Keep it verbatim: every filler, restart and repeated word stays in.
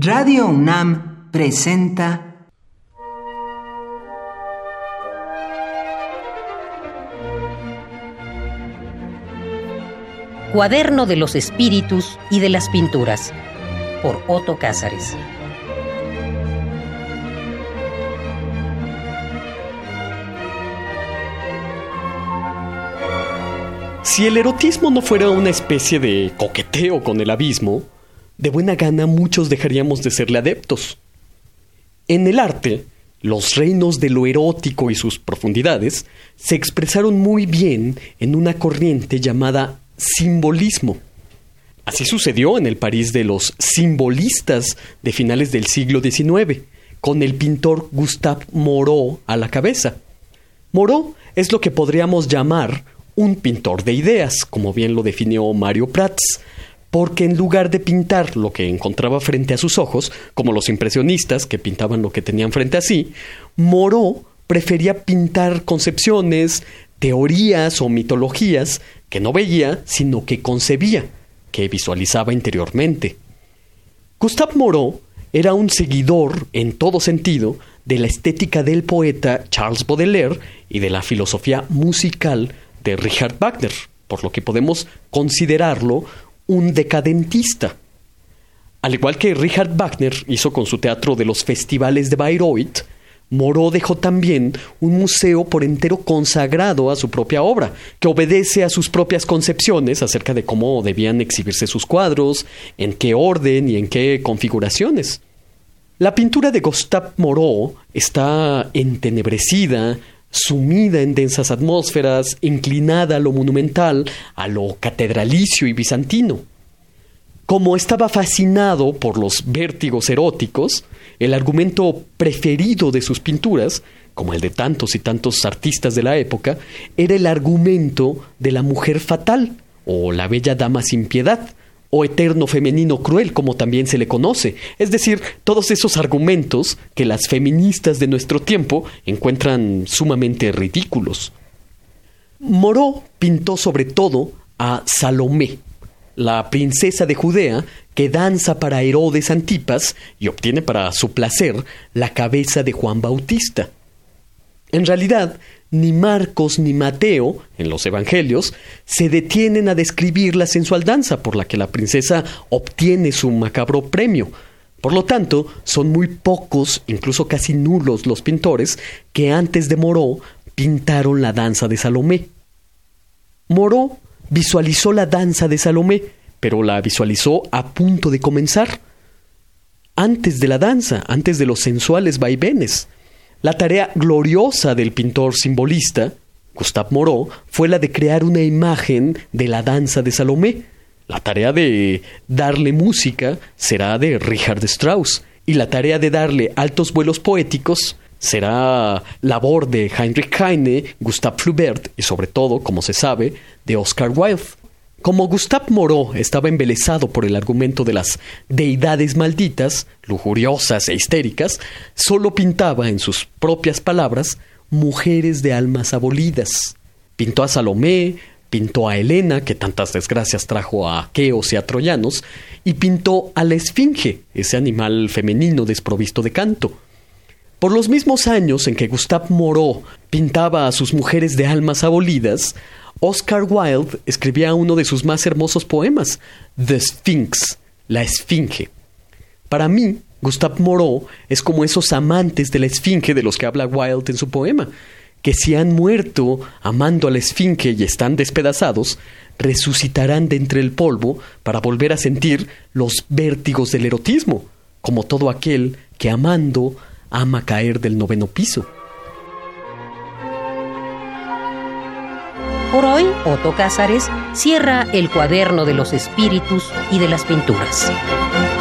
Radio UNAM presenta Cuaderno de los Espíritus y de las Pinturas, por Otto Cázares. Si el erotismo no fuera una especie de coqueteo con el abismo, de buena gana muchos dejaríamos de serle adeptos. En el arte, los reinos de lo erótico y sus profundidades se expresaron muy bien en una corriente llamada simbolismo. Así sucedió en el París de los simbolistas de finales del siglo diecinueve, con el pintor Gustave Moreau a la cabeza. Moreau es lo que podríamos llamar un pintor de ideas, como bien lo definió Mario Prats, porque en lugar de pintar lo que encontraba frente a sus ojos, como los impresionistas que pintaban lo que tenían frente a sí, Moreau prefería pintar concepciones, teorías o mitologías que no veía, sino que concebía, que visualizaba interiormente. Gustave Moreau era un seguidor, en todo sentido, de la estética del poeta Charles Baudelaire y de la filosofía musical de Richard Wagner, por lo que podemos considerarlo un decadentista. Al igual que Richard Wagner hizo con su teatro de los festivales de Bayreuth, Moreau dejó también un museo por entero consagrado a su propia obra, que obedece a sus propias concepciones acerca de cómo debían exhibirse sus cuadros, en qué orden y en qué configuraciones. La pintura de Gustave Moreau está entenebrecida, sumida en densas atmósferas, inclinada a lo monumental, a lo catedralicio y bizantino. Como estaba fascinado por los vértigos eróticos, el argumento preferido de sus pinturas, como el de tantos y tantos artistas de la época, era el argumento de la mujer fatal, o la bella dama sin piedad, o eterno femenino cruel, como también se le conoce. Es decir, todos esos argumentos que las feministas de nuestro tiempo encuentran sumamente ridículos. Moreau pintó sobre todo a Salomé, la princesa de Judea que danza para Herodes Antipas y obtiene para su placer la cabeza de Juan Bautista. En realidad, ni Marcos ni Mateo, en los evangelios, se detienen a describir la sensual danza por la que la princesa obtiene su macabro premio. Por lo tanto, son muy pocos, incluso casi nulos, los pintores que antes de Moreau pintaron la danza de Salomé. Moreau visualizó la danza de Salomé, pero la visualizó a punto de comenzar. Antes de la danza, antes de los sensuales vaivenes. La tarea gloriosa del pintor simbolista, Gustave Moreau, fue la de crear una imagen de la danza de Salomé. La tarea de darle música será de Richard Strauss, y la tarea de darle altos vuelos poéticos será labor de Heinrich Heine, Gustave Flaubert y sobre todo, como se sabe, de Oscar Wilde. Como Gustave Moreau estaba embelesado por el argumento de las deidades malditas, lujuriosas e histéricas, solo pintaba, en sus propias palabras, mujeres de almas abolidas. Pintó a Salomé, pintó a Helena, que tantas desgracias trajo a aqueos y a troyanos, y pintó a la esfinge, ese animal femenino desprovisto de canto. Por los mismos años en que Gustave Moreau pintaba a sus mujeres de almas abolidas, Oscar Wilde escribía uno de sus más hermosos poemas, The Sphinx, la Esfinge. Para mí, Gustave Moreau es como esos amantes de la Esfinge de los que habla Wilde en su poema, que si han muerto amando a la Esfinge y están despedazados, resucitarán de entre el polvo para volver a sentir los vértigos del erotismo, como todo aquel que amando ama caer del noveno piso. Por hoy, Otto Cázares cierra el Cuaderno de los Espíritus y de las Pinturas.